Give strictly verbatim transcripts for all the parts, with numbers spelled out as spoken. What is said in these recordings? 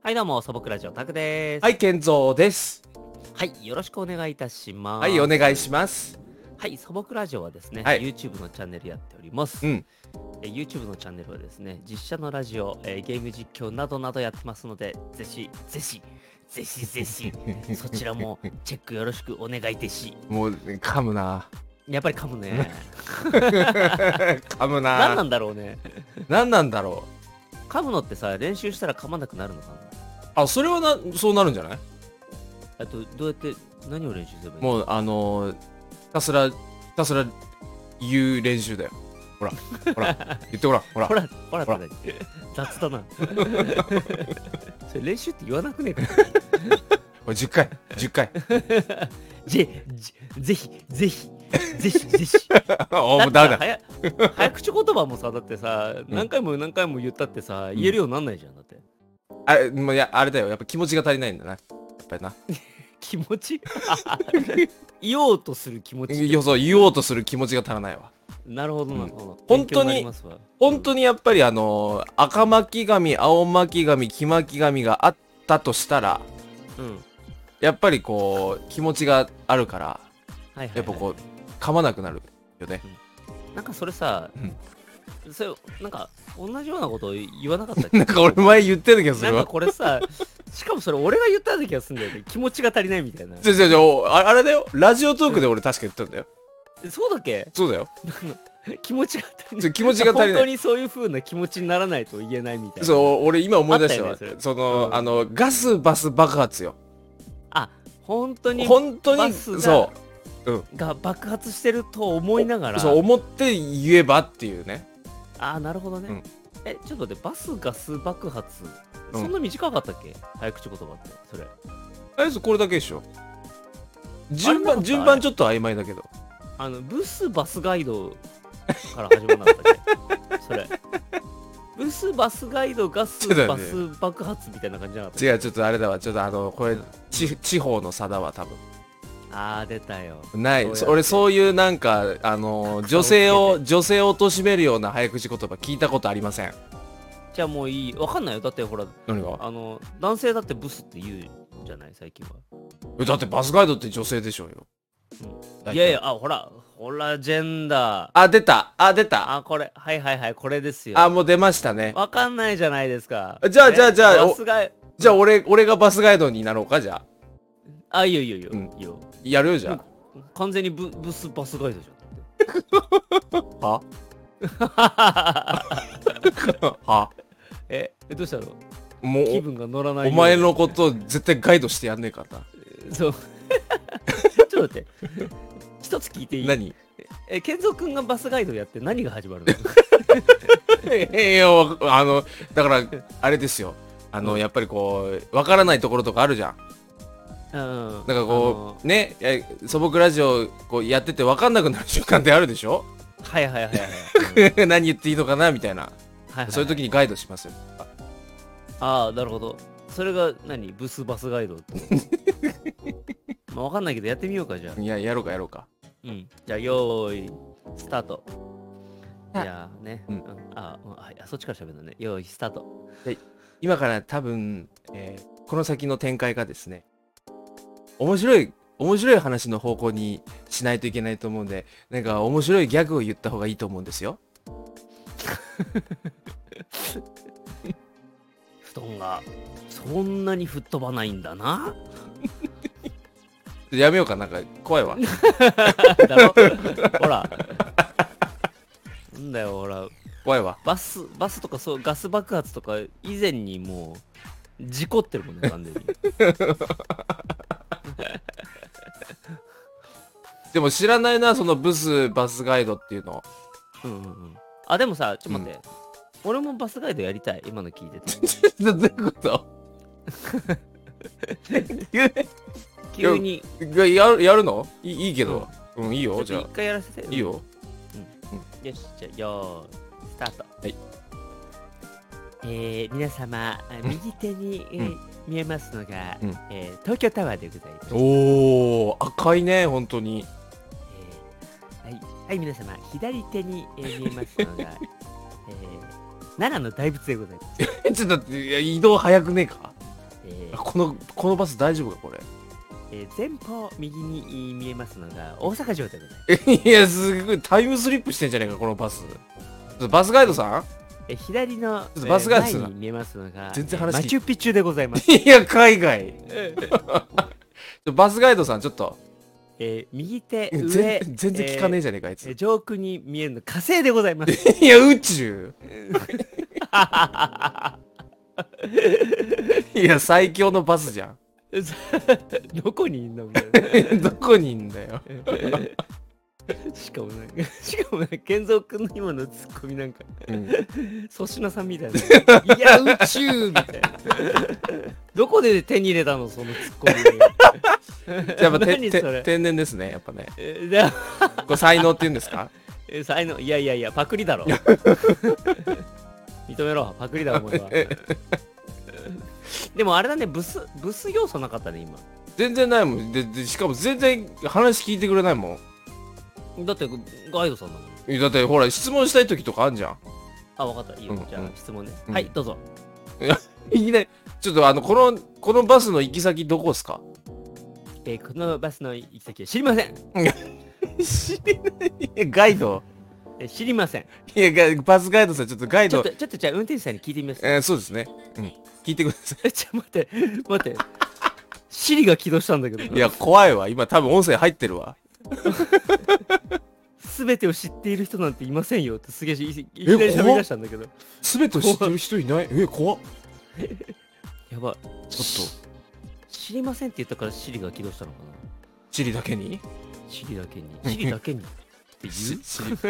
はいどうも、素朴ラジオタクです。 はい、健三です。 はい、よろしくお願いいたします。 はい、お願いします。 はい、素朴ラジオはですね、 はい。 YouTube のチャンネルやっております。 うん。 え YouTube のチャンネルはですね、実写のラジオ、えーゲーム実況などなどやってますので、ぜひ、ぜひ、ぜひぜひ、そちらもチェックよろしくお願いでし。 もう、噛むな。 やっぱり噛むね。 噛むな。 何なんだろうね。 何なんだろ噛むのってさ、練習したら噛まなくなるのかな。 う。あ、それはな、そうなるんじゃない？ あと、どうやって何を練習すればいいの？ もう、あのー、ひたすら、ひたすら言う練習だよ。ほら、ほら、言ってごらん、ほら。 ほら、ほら、 ほらほら雑だな。それ練習って言わなくねえか。 これじゅっかい、じゅっかい。 じ、じ、ぜひ、ぜひ、ぜひ、ぜひ。 あ、もだってさ、 うダメだ。 早早口言葉もさ、だってさ、何回も何回も言ったってさ、言えるようになんないじゃん、だって。 あれ、もういや、あれだよ。やっぱ気持ちが足りないんだな。やっぱりな。 気持ち言おうとする気持ち。 いや、そう、言おうとする気持ちが足らないわ。 なるほど、なるほど。 本当に勉強なりますわ本当にやっぱりあのー赤巻紙、青巻紙、黄巻紙があったとしたら、 うん。うん。 やっぱりこう、気持ちがあるから、 はいはい、はい。 やっぱこう、噛まなくなるよね。 なんかそれさ、 うん。 それ、なんか、同じようなことを言わなかったっけ？ なんか俺前言ってる気がすなんかるわ。 これさ、しかもそれ俺が言ったような気がするんだよね。気持ちが足りないみたいな。 じゃじゃじゃあ、あれだよ。ラジオトークで俺確か言ったんだよ。 そうだっけ？ そうだよ。 気持ちが足りない。 ちょ気持ちが足りない本当にそういう風な気持ちにならないと言えないみたいな。 そう、俺今思い出したわ。 あったよねそれその、 うんあの、ガスバス爆発よ。 あ、本当に本当に、 バスがそう。うん。 が爆発してると思いながら。 そう、思って言えばっていうね。 あー、なるほどね。 うんえ、ちょっと待って、バスガス爆発。 うんそんな短かったっけ？早口言葉って、それ。 あれです、これだけでしょ。順番、 あれなかった順番ちょっと曖昧だけど。 あの、ブスバスガイドから始まらなかったっけ？それ。ブスバスガイドガスちょっとねバス爆発みたいな感じじゃなかった？ 違う、ちょっとあれだわ。ちょっとあの、これ、 うんち地方の差だわ、多分。 あー、出たよ。 ない。 そうやって俺、そういうなんか、あの、女性を、女性を貶めるような早口言葉聞いたことありません。 じゃあもういい。わかんないよ。だってほら、 何が？ あの、男性だってブスって言うじゃない、最近は。 えだってバスガイドって女性でしょうよ。 うん、いやいや、あ、ほら、ほら、ジェンダー。 あ、出た。あ、出た。 あ、これ、はいはいはい、これですよ。 あ、もう出ましたね。 わかんないじゃないですか。 じゃあ、じゃあ、じゃあ、おバスガイ、 じゃあ、俺、俺がバスガイドになろうか、じゃあ。 あ、いいよいいよいいよ。 うんいいよ。 やるよ、じゃ完全にブブスバスガイドじあ。はゃん。 はえ、えどうしたの？ もう、 気分が乗らないようお前のこと絶対ガイドしてやんねえからな。 そう。ちょっと待って。一つ聞いていい？ 何？ え、健三くんがバスガイドやって何が始まるの？ えいや、あの、だから、あれですよ。あの、 うんやっぱりこう、わからないところとかあるじゃん。 うん。 だからこう、ね、え素朴ラジオこうやっててわかんなくなる瞬間ってあるでしょ？ あのはいはいはいはい。うん何言っていいのかなみたいな。 はいはいはい、 そういう時にガイドしますよ。 ああ、なるほど。それが何？ブスバスガイドって。まあ、わかんないけどやってみようか、じゃあ。 いや、やろうかやろうか。 うん。じゃあ、よーい、スタート。じはいゃあね。 ううんん。あ、うんはい、あそっちから喋るのね。よーい、スタート。 今から多分、えーこの先の展開がですね、面白い、面白い話の方向にしないといけないと思うんで、なんか面白いギャグを言った方がいいと思うんですよ。 布団がそんなに吹っ飛ばないんだな。 やめようか、なんか怖いわ。 だろほら。なんだよ、ほら。 怖いわ。 バス、バスとかそう、ガス爆発とか以前にもう、事故ってるもんね、完全に。 でも知らないな、そのブスバスガイドっていうの。 うんうんうん。あ、でもさ、ちょっと待って。俺もバスガイドやりたい。今の聞いてて。 どういうこと急に。 ややるやるのいいいいけど。うん、いいよ、じゃあちょっと一。回やらせて。 いいよ。 うん。よし、じゃあ、よーい、スタート。 はい。 えー、皆様、あ右手に、えーうん見えますのが、 うんえー東京タワーでございます。 おー、赤いね、本当に。 えーはい、はい、皆様、左手に、えー見えますのが、えー奈良の大仏でございます。 え、ちょっと待って、いや移動早くねえかーこのこのバス大丈夫かこれ。 えー前方右に見えますのが大阪城でございます。 いやすごいタイムスリップしてんじゃねえかこのバス。ちょっとバスガイドさん。 えー左の、 ちょっとバスガイドさんえー前に見えますのが全然話聞いマチュピチュでございます。 いや海外。ちょバスガイドさんちょっとえー右手全上全然聞かねえじゃねえかあいつ。 えー上空に見えるの火星でございます。 いや宇宙。いや最強のバスじゃん。 どこにいんのみたいな。 どこにいんだよ。 しかもなんか、しかもなんか、健三君の今のツッコミなんか、 うん粗品さんみたいな。いや、宇宙みたいな。どこで手に入れたのそのツッコミ。 やっぱてて何それ。 天然ですねやっぱね。 えーじゃあこれ才能って言うんですか。 えー才能、いやいやいや、パクリだろ。認めろ、パクリだろ、お前は。でもあれだね、ブス、ブス要素なかったね、今。 全然ないもん。ででしかも全然話聞いてくれないもん。 だって、ガイドさんだもん。 いやだってほら質問したい時とかあんじゃん。 あ、わかった。いいよ。 うんじゃあうん、 質問ね。 うんはい、どうぞ。 いきなりちょっとあのこのこのバスの行き先どこっすか。 えーこのバスの行き先は知りません。 知りないいやガイド。 えー知りません。 いやガバスガイドさんちょっとガイド。 ちょっと、ちょっとじゃあ運転手さんに聞いてみます。 えー、そうですね。うん聞いてくださえ、ちょ、待って、待って。シリが起動したんだけど。 い。いや怖いわ今多分音声入ってるわ。 すべてを知っている人なんていませんよってすげえいいきなり喋り出したんだけど。 全てを知ってる人いない。え怖っ。 やばい。 ちょっと知りませんって言ったからシリが起動したのかな。 チリだけに。 シリだけに。シリだけに。って言うしチリ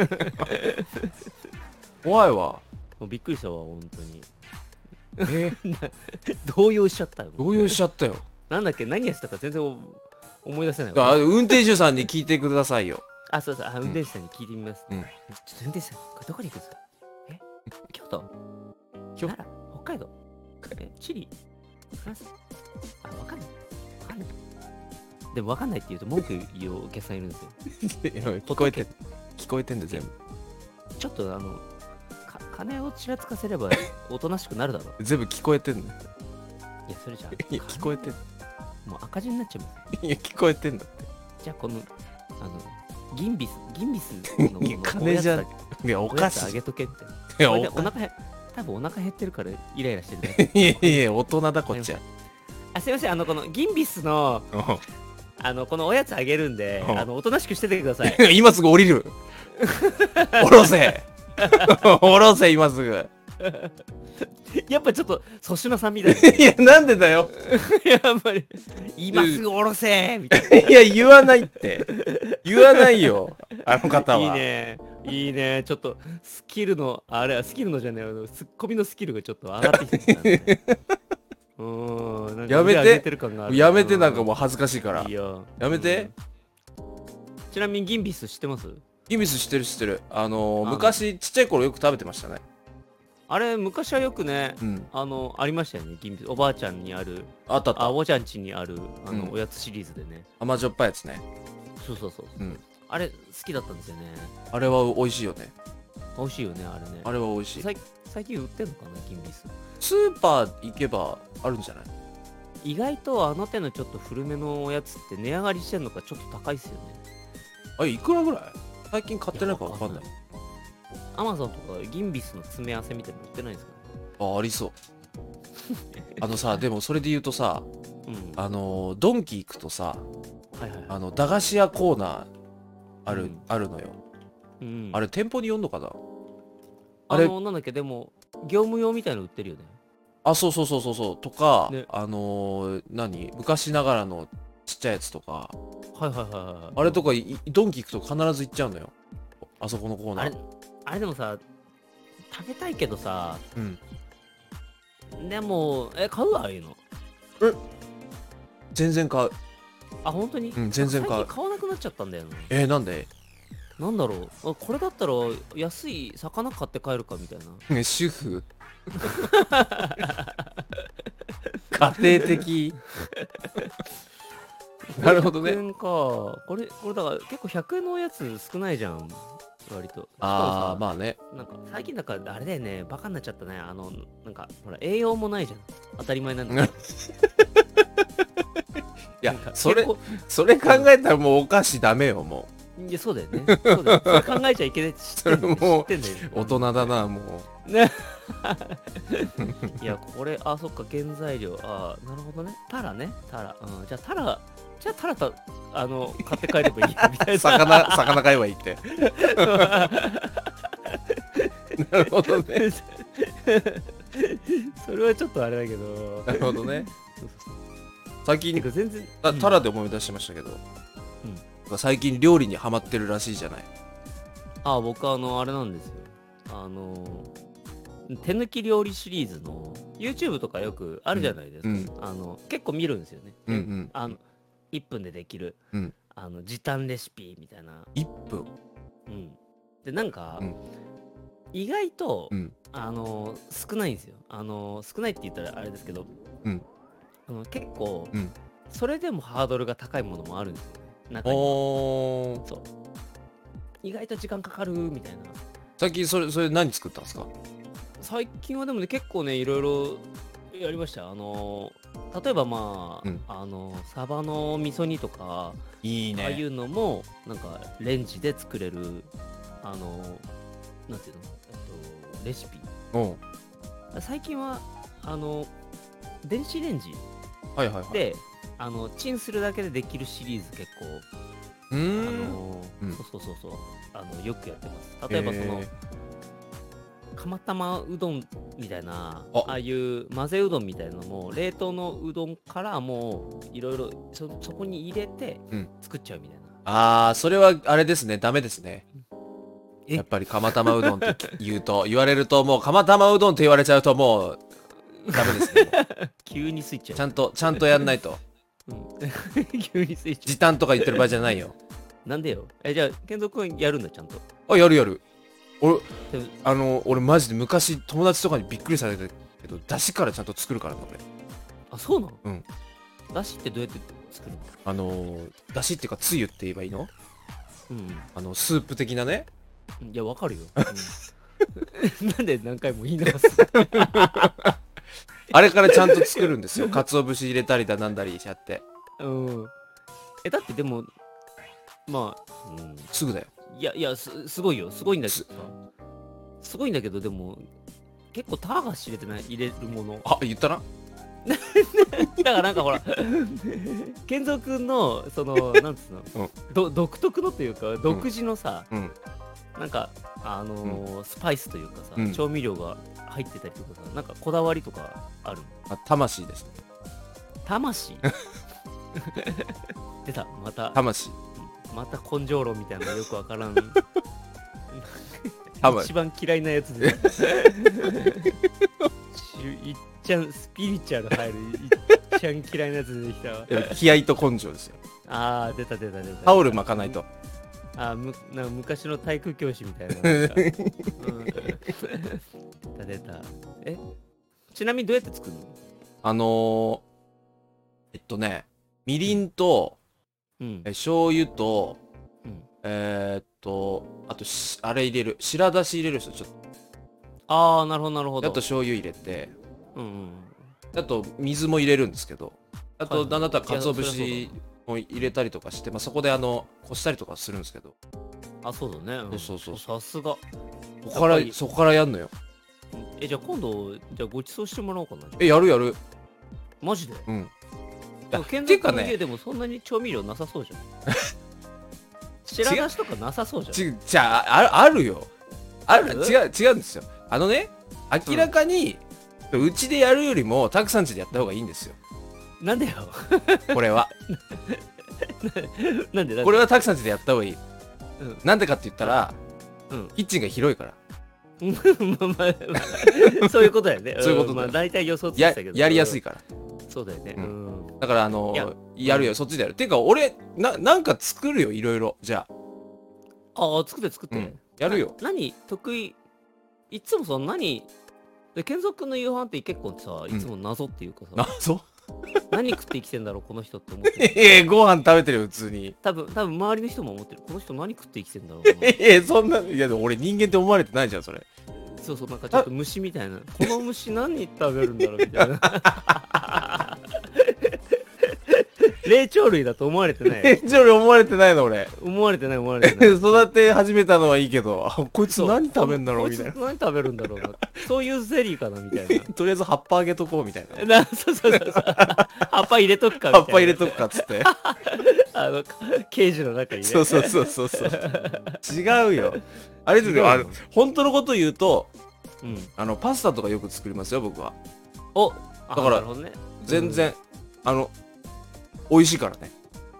怖いわ。 もうびっくりしたわ、本当に。 えー、 動揺しちゃったよ。 動揺しちゃったよ。 なんだっけ、何やってたか全然お思い出せないわ。 あ運転手さんに聞いてくださいよ。 あ、そうそう、あ運転手さんに聞いてみます。 うんちょっと運転手さん、これどこに行くんですか。え京都京奈良北海道えチリフランスあ、わかんない。わかんない。でもわかんないって言うと文句言うお客さんいるんですよ。 聞こえて聞こえてんだ全部。 ちょっとあの、か金をちらつかせればおとなしくなるだろう。 全部聞こえてんの。 いや、それじゃいや聞こえてんあ、もう赤字になっちゃいます。 いや聞こえてんだって。 じゃあこの、あの、ギンビス、ギンビスのいや金じゃおやつだけいやおおやつあ菓子。 げとけって。 いやこれおかでお腹へ、多分お腹減ってるからイライラしてるだけ。 いやいや大人だこっちは。 あ、すいません、あの、このギンビスの、あの、このおやつあげるんで、 うんあの、おとなしくしててください。 今すぐ降りる。降ろせ。降ろせ今すぐ。 やっぱちょっと粗品さんみたいいやなんでだよ。 な。やっぱり、今すぐ下ろせみたいな。 いや言わないって言わないよあの方は。 いいね。いいね。ちょっと、スキルの、あれはスキルのじゃねえよ。ツッコミのスキルがちょっと上がってきてきたね。うーん。なんかやめて腕上げてる感があるやめてなんかもう恥ずかしいからいいよ。 やめて。 うんちなみにギンビス知ってますギミス知ってる知ってる。あのーあの昔ちっちゃい頃よく食べてましたね。 あれ、昔はよくね、 うんあの、ありましたよね。ギンビス。おばあちゃんにある、あ、 あったあった。 おばあちゃん家にある、あの、 うんおやつシリーズでね。 甘じょっぱいやつね。 そうそうそう。 うんあれ、好きだったんですよね。 あれは美味しいよね。 美味しいよね、あれね。 あれは美味しい。 最最近売ってんのかな、ギンビス。 スーパー行けばあるんじゃない。 意外とあの手のちょっと古めのおやつって値上がりしてんのかちょっと高いっすよね。 あれいくらぐらい。最近買ってないから分かんない。 アマゾンとかギンビスの詰め合わせみたいなの売ってないですか。 あありそう。あのさでもそれで言うとさうん。 あのードンキ行くとさはいはいはい。 あの駄菓子屋コーナーある、 うんあるのよ。 うん、 あれ店舗によんのかな。あれあの、なんだっけ、でも、業務用みたいの売ってるよね。 あそうそうそうそうそうとか、 ねあのー何昔ながらのちっちゃいやつとかはいはいはいはい。 あれとかいドンキ行くと必ず行っちゃうのよあそこのコーナー。 あれ、あれでもさ、食べたいけどさ、 うんでも、え、買うああいうの。 全然買う。 あ、本当にうん全然買う最近買わなくなっちゃったんだよね。 えー、なんで。 なんだろう。あこれだったら安い魚買って帰るかみたいな。 ね主婦家庭的なるほどひゃくえね。 んか。これ、これだから結構ひゃくえんのおやつ少ないじゃん。割と。 あああ。 まあね。 なんか最近だからあれだよね、バカになっちゃったね。あの、なんか、ほら、栄養もないじゃん。当たり前なんだけど。 やなんかそれ健康それ考えたらもうお菓子ダメよもいやそうだよね。そうだよ。それ考えちゃいけないって知ってんだよ。 それもう知ってんだよ。 う大人だなもね。いやこれあそっか原材料あなるほどね。タラねタラ。うんじゃあタラじゃあタラとあの買って帰ればいいやみたいうな。 魚魚買えばいいってなるほどねそれはちょっとあれだけど。 なるほどねそうそうそう最近てか全然あうんタラで思い出しましたけど、最近料理にハマってるらしいじゃない。 あ僕あのあれなんですよ。あの手抜き料理シリーズの YouTube とかよくあるじゃないですか。 うんあの結構見るんですよね。 うんうんあのいっぷんでできる、 うんあの時短レシピみたいな。 いっぷんうん、でなんか、 うん意外と、 うんあの少ないんですよ。あの少ないって言ったらあれですけど、 うんあの結構、 うんそれでもハードルが高いものもあるんですよね。中にはおーそう意外と時間かかるみたいな。 最近それそれ何作ったんですか。 最近はでもね結構ねいろいろやりました。あの例えばまあ、 うんあのサバの味噌煮とかいいああいうのもなんかレンジで作れるあのなんていうの、えっと、レシピ。 うん最近はあの電子レンジはいはいはいであのチンするだけでできるシリーズ結構うあーんの、 うんそうそうそうそうあのよくやってます。例えばそのへー釜玉うどんみたいなあああいう混ぜうどんみたいなのも冷凍のうどんからもういろいろそそこに入れてうん作っちゃうみたいな。 あーそれはあれですねダメですね。 えやっぱり釜玉うどんって言うと言われるともう釜玉うどんって言われちゃうともうダメですね急にスイッチちゃんとちゃんとやんないとうん急にスイッチ時短とか言ってる場合じゃないよ。 なんでよ。えじゃあ健三君やるんだちゃんと。 あやるやる俺でもあの俺マジで昔友達とかにびっくりされたけど出汁からちゃんと作るからな俺。 あそうなの。 うんだしってどうやって作るの。 あのー、出汁っていうかつゆって言えばいいの。 うんあのスープ的なね。 いやわかるよ、うん、なんで何回も言い直すあれからちゃんと作るんですよ。鰹節入れたりだなんだりしちゃってうんえだってでもまあ、うん、 すぐだよ。 いやいやすすごいよすごいんだけどさすごいんだけどでも結構ターが知れてない入れるものあ言ったな。 だからなんかほら健三君のそのなんつうの、 うんど独特のというか独自のさ、 うんなんかあのースパイスというかさ、 うん調味料が入ってたりとかさなんかこだわりとかあるの。 あ魂ですね。 魂出たまた魂また根性論みたいなのよくわからん魂一番嫌いなやつでいっちゃんスピリチュアル入るいっちゃん嫌いなやつ出てきたわ。 やっぱ気合と根性ですよ。 あー出た出た出た。 タオル巻かないと。 あーむなんか昔の体育教師みたいななんか、うん、出た出た。えちなみにどうやって作るの。 あのー、えっとねみりんとうんえ醤油とうんえー、っとあとしあれ入れる白だし入れる人ちょっああなるほどなるほど。 とあと醤油入れてうんうんあと水も入れるんですけどあはいはいとなんだったら鰹いやそりゃ節も入れたりとかして、まあ、そこであのこしたりとかするんですけどあそうだね、んそうそうさすが。 そこからやっぱりそこからやんのよ。 えじゃあ今度じゃあご馳走してもらおうかな。 えやるやる。 マジで。 うんでも健ていうかね三君の家でもそんなに調味料なさそうじゃん。白だしとかなさそうじゃん。 ちじゃあああるよあるある違う違うんですよ。あのね明らかに、うちでやるよりもたくさんちでやった方がいいんですよなんでよ。 これはなんでなんでこれはたくさんちでやった方がいい。 うんなんでかって言ったらうん。 キッチンが広いからまあまあまあそういうことだよね。 そういうことだよんまあ大体予想ついやてたけど。 やりやすいい。 から。 そうだよね。 ううんん。 だからあのいややるよそっちでやる。ていうか俺ななんか作るよいろいろじゃあ。 ああ作って作って。 うんやるよ。 な何得意いつもさ何で健三君の夕飯って結構さいつも謎っていうかさ、 謎何食って生きてんだろうこの人って思ってる。 ええご飯食べてるよ普通に。 多分多分周りの人も思ってるこの人何食って生きてんだろうなええそんないやでも俺人間って思われてないじゃんそれ。 そうそうなんかちょっと虫みたいなこの虫何食べるんだろうみたいな霊長類だと思われてない。 霊長類思われてないの俺。 思われてない思われてない。 育て始めたのはいいけど、あこいつ何食べんだろうこいみたいな。 つ何食べるんだろうな。そういうゼリーかなみたいな。 とりあえず葉っぱあげとこうみたいな。 なそうそうそうそう。葉っぱ入れとくかみたいな。 葉っぱ入れとくかっつって。 あの、ケージの中にね。 そうそうそうそうそう。違うよ。あれですよ、あの、本当のこと言うと、 うん。 あの、パスタとかよく作りますよ、僕は。 おだからなるほどね。 全然、あの、美味しいからね。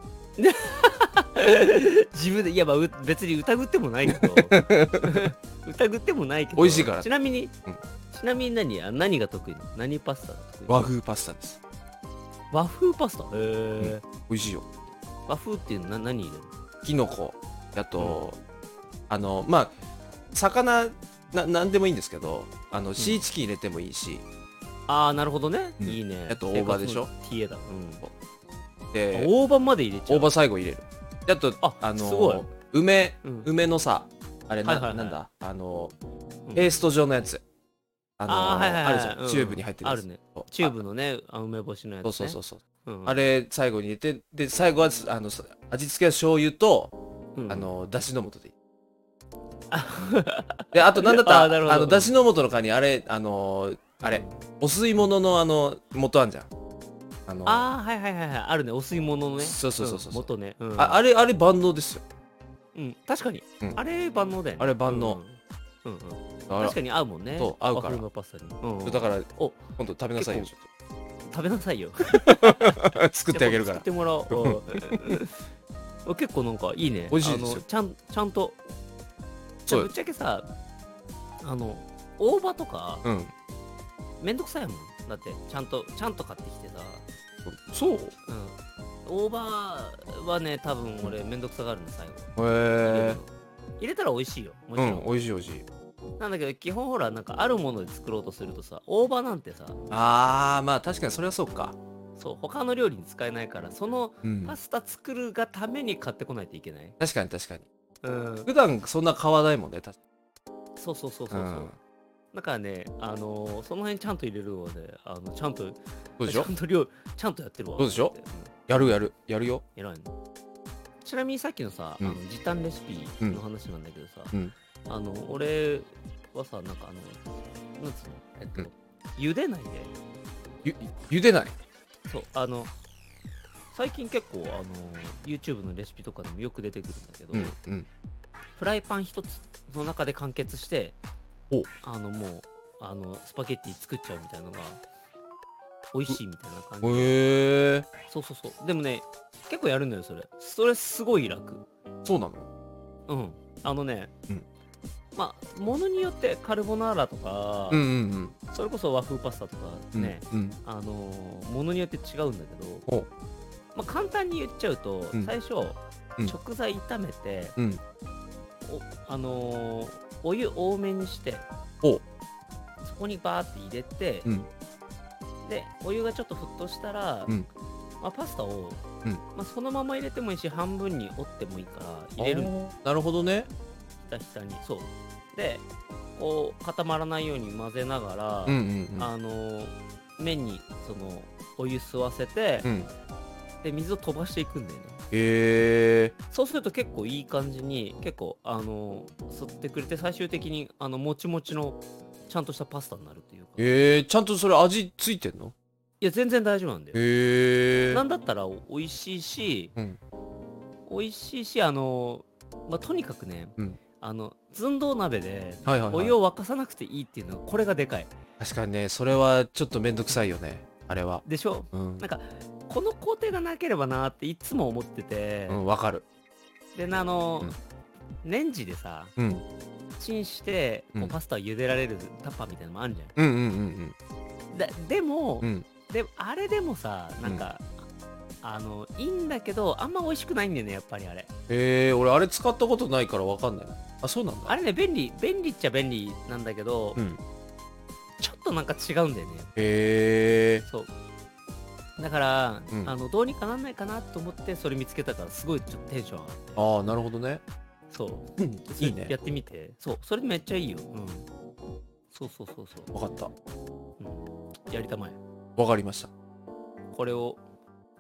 自分で、いや、まあ、う別に疑ってもないけど。疑ってもないけど。 美味しいからちなみに、 うんちなみに何、あ何が得意なの？何パスタが得意なの？ 和風パスタです。 和風パスタへえ、 美味しいよ。 和風っていうのは何入れるの？ キノコ、あと、あの、まあ、魚、な、なんでもいいんですけど、あの、シーチキン入れてもいいし、 ああ、なるほどね。 うんいいね。 あと大葉でしょ？ ティエだ。うん。あで、 大葉まで入れちゃう。 大葉最後入れる。であと、 ああのすごい梅、 うん梅のさ、あれな、 はいはいはいなんだ、あの、 うんペースト状のやつ。あのあーはいはいはいあるじゃん、 うんチューブに入ってるやつ。 あるね。 そうチューブのね、あ梅干しのやつあね。 そうそうそうそう。 うん。 あれ、最後に入れて、で、最後は、あの、味付けは醤油と、 うん、 あの、だしの素でいい。 あ、 で、あと、なんだったら、 あーなるほどあの、だしの素の代わりに、あれ、あの、あれ、お吸い物の、あの、素あんじゃん。あの、 あーはいはいはいはい。あるね。お吸い物のね。 そうそうそうそうん元ね。うん。 ああれ、あれ万能ですよ。 うん。確かに。 うんあれ万能だよね。 あれ万能うん。うんうん。 だから確かに合うもんね。 そう合うから和風のパスタに。うんうん。 だから、 お今度食べなさいよ、ち結ょ食べなさいよ。 っと。作ってあげるから作っ。てもらおう。うん結構なんかいいね。 美味しいですよあのちゃんちゃんと。 そうよぶっちゃけさ、あの大葉とかうん。 めんどくさいもん。だってちゃんとちゃんと買ってきてさ。 そうへうん。大葉はね、多分俺めんどくさがるの最後。入れえるの。入れたら美味しいよ。もちろん。 うん、美味しい美味しい。 なんだけど基本ほらなんかあるもので作ろうとするとさ、大葉なんてさ、 あー、まあ確かにそれはそうか。 そう他の料理に使えないから、そのうんパ。スタ作るがために買ってこないといけない。 確かに確かに。 うん。 普段そんな買わないもんね、確かそうそうそうそうそう。 うんだからね、あのーその辺ちゃんと入れるので、あのちゃんとそうでしょちゃんと量ちゃんとやってるわ。 そうでしょってうんやるやる、やるよ。 偉いの。ちなみにさっきのさ、 うんあの時短レシピの話なんだけどさ、 うんあの俺はさ、なんかあのなんつうの、えっと、 うん茹でないで、 ゆ、茹でない。 そうあの最近結構あの YouTube のレシピとかでもよく出てくるんだけど、 うんうん。 フライパン一つの中で完結しておあのもうあのスパゲッティ作っちゃうみたいなのが美味しいみたいな感じで、 へえ。 そうそうそう。でもね、結構やるんだよそれ。それすごい楽。 そうなのうん。あのね、 うんまあものによってカルボナーラとか、 うんうんそれこそ和風パスタとかうん。 ね、 うん。 あのーものによって違うんだけど、 おまあ、簡単に言っちゃうと、 うん最初、 うん食材炒めて、 うん。 おあのーお湯多めにして、 おそこにバーって入れて、 うん。 でお湯がちょっと沸騰したら、 うんまあ、パスタを、 うんまあ、そのまま入れてもいいし半分に折ってもいいから入れるの。 あーなるほどね。 ひたひたにそうでこう固まらないように混ぜながら、 うんうんうん。 あのー麺にそのお湯吸わせて、 うん。 で水を飛ばしていくんだよね。 へえ。 そうすると結構いい感じに結構あのー吸ってくれて、最終的にあのもちもちのちゃんとしたパスタになるというか、いへえ、ちゃんとそれ味ついてんの？ や全然大丈夫なんだよ。 へえ。 なんだったら美味しいし、 うん。 美味しいし、あのーまあ、とにかくね、 うんあの寸胴鍋ではいはいはい。 お湯を沸かさなくていいっていうのはこれがでかい確かにね、それはちょっとめんどくさいよね。あれは。 でしょ。 うんなん。かこの工程がなければなーっていつも思ってて、 うん、わかる。 であのーうんレンジでさうん。 チンしてこうんうパスタを茹でられるタッパーみたいなのもあるじゃん。 うんうんうんだでも、 うん。うん。 であれでもさなんか、あのいいんだけどあんま美味しくないんだよねやっぱりあれ。 へえ、俺あれ使ったことないからわかんない。あ、そうなんだ。 あれね便利便利っちゃ便利なんだけど、 うん。 ちょっとなんか違うんだよね。 へえ。 そうだから、 うんあのどうにかなんないかなと思ってそれ見つけたからすごいちょっとテンション上がって、 ああ、なるほどね。 そううんそれいいねやってみて。そうそれめっちゃいいよ。うんそうそうそうそう、 わかった。 うん、やりたまえ。 わかりました。 これを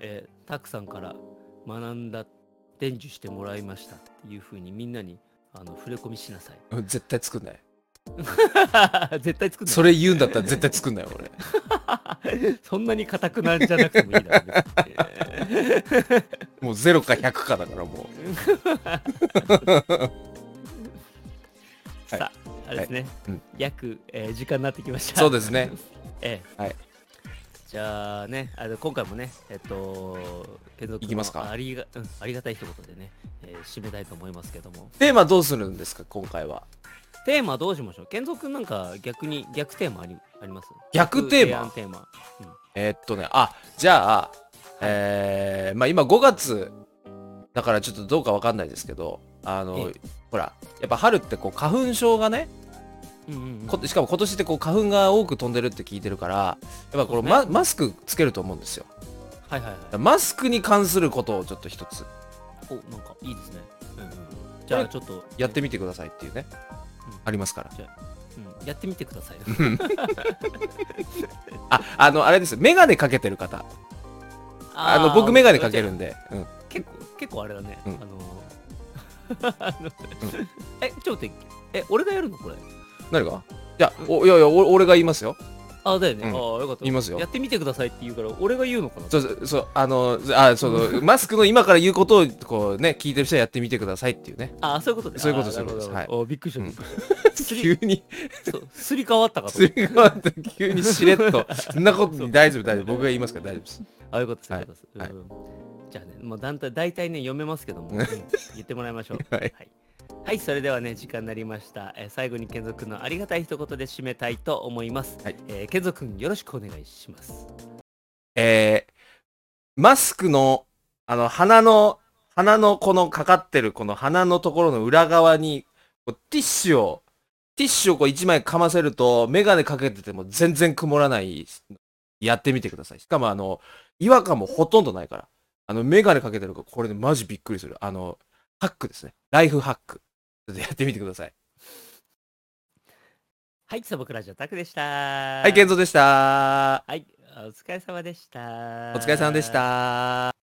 えー、たくさんから学んだ、伝授してもらいましたっていう風にみんなにあの触れ込みしなさい。 うん絶対作んない。 絶対作んない。 それ言うんだったら絶対作んない俺。 そんなに硬くなんじゃなくてもいいだろうね。 もうゼロかひゃくかだからもさあ、あれですね。 うん約、えー時間になってきました。 そうですね。 ええ。 はい。 じゃあね、あの今回もね、えっと、継続いきますかのありが、うん、ありがたい一言でね、えー締めたいと思いますけども。 う。テーマどうするんですか今回は。 テーマどうしましょう。健三君なんか逆に逆テーマありあります？ 逆テーマ提案テーマ。うん、 えーっとね、あ、じゃあ、えー、まあ今ごがつだからちょっとどうかわかんないですけど、あの、 えほら、やっぱ春ってこう花粉症がね、 うんうんうん、 こしかも今年ってこう花粉が多く飛んでるって聞いてるから、やっぱこれ、 そうですねママスクつけると思うんですよ。 はいはいはい。 マスクに関することをちょっと一つお、なんかいいですね。うんうんうん、じゃあちょっとやってみてくださいっていうね、 うんありますから。 うん、やってみてください。 あ、あの、あれです。メガネかけてる方。あの、僕メガネかけるんで。うん。 結構結構あれだね。 うんあのーあのえ、ちょっと待って、え、俺がやるのこれ？ 何がいや、おいやいや、お俺が言いますよ。 あ、だよね。 うんああ、よかった。 言いますよやってみてくださいって言うから、俺が言うのかな？ そうそうそう、あの、あ、その、マスクの今から言うことを、こうね、聞いてる人はやってみてくださいっていうね。 あ、そういうことね。 そういうことあーそういうことですなるほどおびっくりした。 うんびっくりしたすり急に、 そうすり替わったかとす思った。 り替わって急にしれっと。そんなことに大丈夫、大丈夫。僕が言いますから大丈夫です。 あ、よかったです。よかったです。 はいうんじゃあね、もうだんだん大体ね、読めますけども、うん言ってもらいましょう。 はいはい。はい、それではね、時間になりました。えー最後に健三君のありがたい一言で締めたいと思います。 はいえー、健三君、よろしくお願いします。 えー、マスクの、あの、鼻の、鼻のこのかかってるこの鼻のところの裏側に、こうティッシュを、ティッシュをこう一枚かませると、メガネかけてても全然曇らない、やってみてください。しかもあの、違和感もほとんどないから。あの、メガネかけてるから、これでマジびっくりする。あの、ハックですね。ライフハック。ちょっとやってみてください。 はい、サボクラジオタクでした。 はい、健三でした。 はい、お疲れ様でした。 お疲れ様でした。